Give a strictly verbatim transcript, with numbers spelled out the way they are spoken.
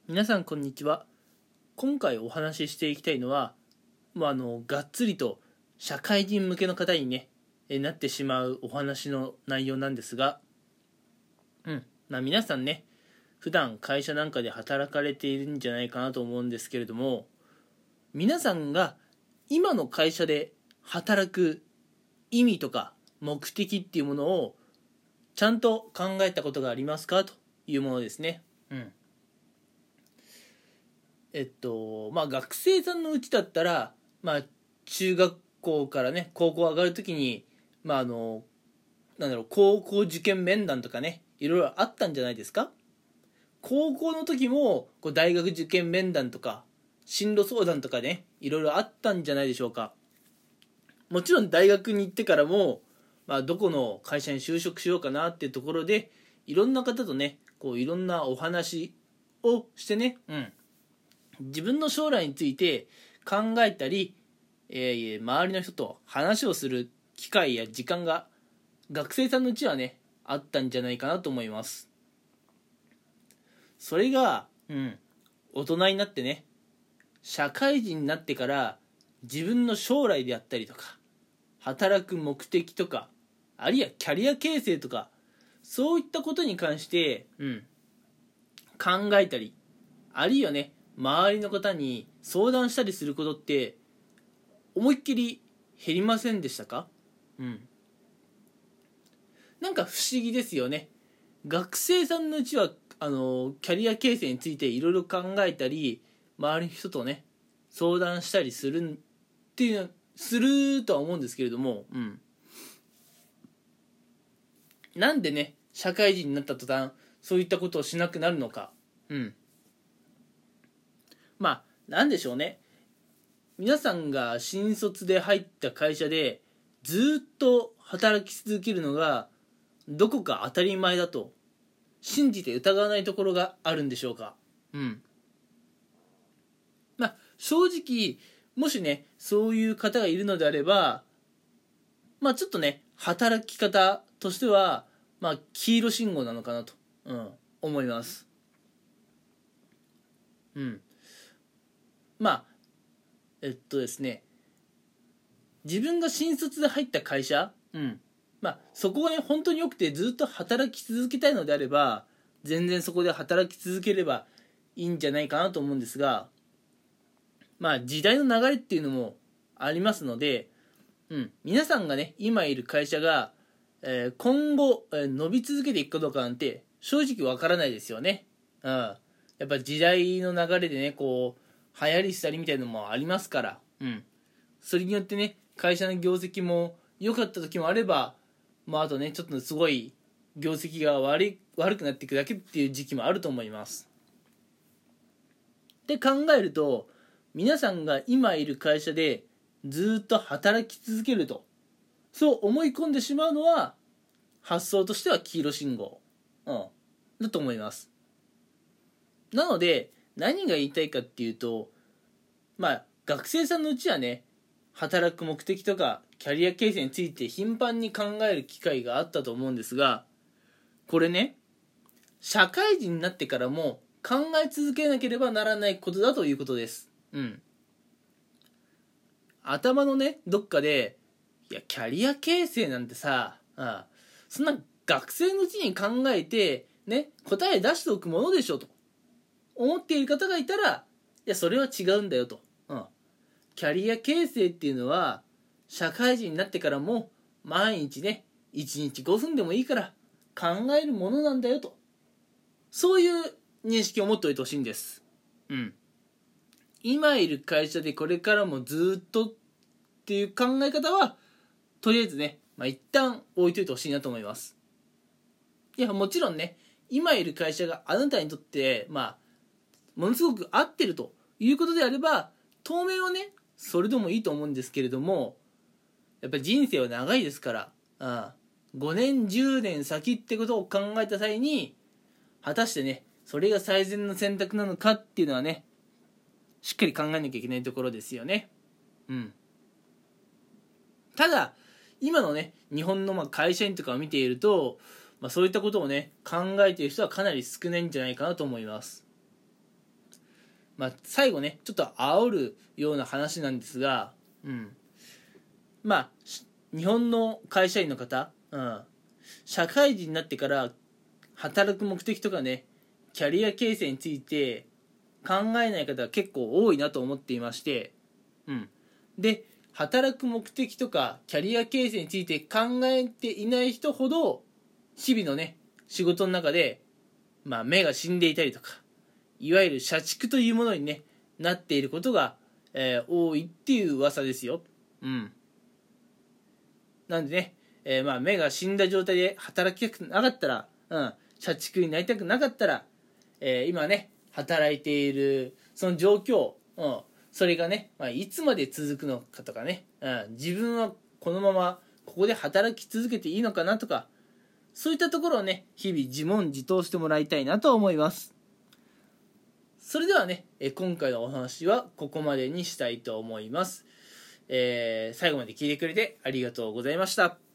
皆さんこんにちは。今回お話ししていきたいのは、まあ、あのがっつりと社会人向けの方にねえなってしまうお話の内容なんですが、うんまあ、皆さんね普段会社なんかで働かれているんじゃないかなと思うんですけれども、皆さんが今の会社で働く意味とか目的っていうものをちゃんと考えたことがありますかというものですね。うんえっとまあ学生さんのうちだったら、まあ、中学校からね高校上がるときに、まああのなんだろう高校受験面談とかねいろいろあったんじゃないですか。高校の時もこう大学受験面談とか進路相談とかねいろいろあったんじゃないでしょうか。もちろん大学に行ってからも、まあ、どこの会社に就職しようかなっていうところでいろんな方とねこういろんなお話をしてね、うん、自分の将来について考えたり、えー、周りの人と話をする機会や時間が学生さんのうちはねあったんじゃないかなと思います。それが、うん、大人になってね社会人になってから自分の将来であったりとか働く目的とかあるいはキャリア形成とかそういったことに関して、うん、考えたりあるいはね周りの方に相談したりすることって思いっきり減りませんでしたか？うん。なんか不思議ですよね。学生さんのうちはあのキャリア形成についていろいろ考えたり周りの人とね相談したりするっていうのするとは思うんですけれども、うん。なんでね社会人になった途端そういったことをしなくなるのか。うん。まあなんでしょうね。皆さんが新卒で入った会社でずっと働き続けるのがどこか当たり前だと信じて疑わないところがあるんでしょうか。うんまあ正直もしねそういう方がいるのであれば、まあちょっとね働き方としてはまあ黄色信号なのかなと、うん、思います。うんまあえっとですね自分が新卒で入った会社、うんまあ、そこがね本当に良くてずっと働き続けたいのであれば全然そこで働き続ければいいんじゃないかなと思うんですが、まあ時代の流れっていうのもありますので、うん、皆さんがね今いる会社が、えー今後、えー伸び続けていくかどうかなんて正直わからないですよね。うん、やっぱ時代の流れでねこう流行り廃りみたいなのもありますから、うん、それによってね会社の業績も良かった時もあれば、まあ、あとねちょっとすごい業績が悪い悪くなっていくだけっていう時期もあると思います。で考えると皆さんが今いる会社でずっと働き続けるとそう思い込んでしまうのは発想としては黄色信号、うん、だと思います。なので何が言いたいかっていうと、まあ学生さんのうちはね働く目的とかキャリア形成について頻繁に考える機会があったと思うんですが、これね社会人になってからも考え続けなければならないことだということです。うん頭のねどっかでいやキャリア形成なんてさあそんな学生のうちに考えてね答え出しておくものでしょと思っている方がいたらいやそれは違うんだよと、うん、キャリア形成っていうのは社会人になってからも毎日ねいちにちごふんでもいいから考えるものなんだよと、そういう認識を持っておいてほしいんです。うん今いる会社でこれからもずっとっていう考え方はとりあえずね、まあ、一旦置いといてほしいなと思います。いやもちろんね今いる会社があなたにとってまあものすごく合ってるということであれば当面はねそれでもいいと思うんですけれども、やっぱり人生は長いですから、ああごねんじゅうねん先ってことを考えた際に果たしてねそれが最善の選択なのかっていうのはねしっかり考えなきゃいけないところですよね。うんただ今のね日本のまあ会社員とかを見ていると、まあ、そういったことをね考えている人はかなり少ないんじゃないかなと思います。 まあ、最後ねちょっと煽るような話なんですが、うん、まあ日本の会社員の方、うん、社会人になってから働く目的とかねキャリア形成について考えない方が結構多いなと思っていまして、うん、で働く目的とかキャリア形成について考えていない人ほど日々のね仕事の中で、まあ、目が死んでいたりとかいわゆる社畜というものに、ね、なっていることが、えー、多いっていう噂ですよ。うん、なんでね、えーまあ、目が死んだ状態で働きたくなかったら、うん、社畜になりたくなかったら、えー、今ね働いているその状況、うん、それがね、まあ、いつまで続くのかとかね、うん、自分はこのままここで働き続けていいのかなとか、そういったところをね日々自問自答してもらいたいなと思います。それではね今回のお話はここまでにしたいと思います。えー、最後まで聞いてくれてありがとうございました。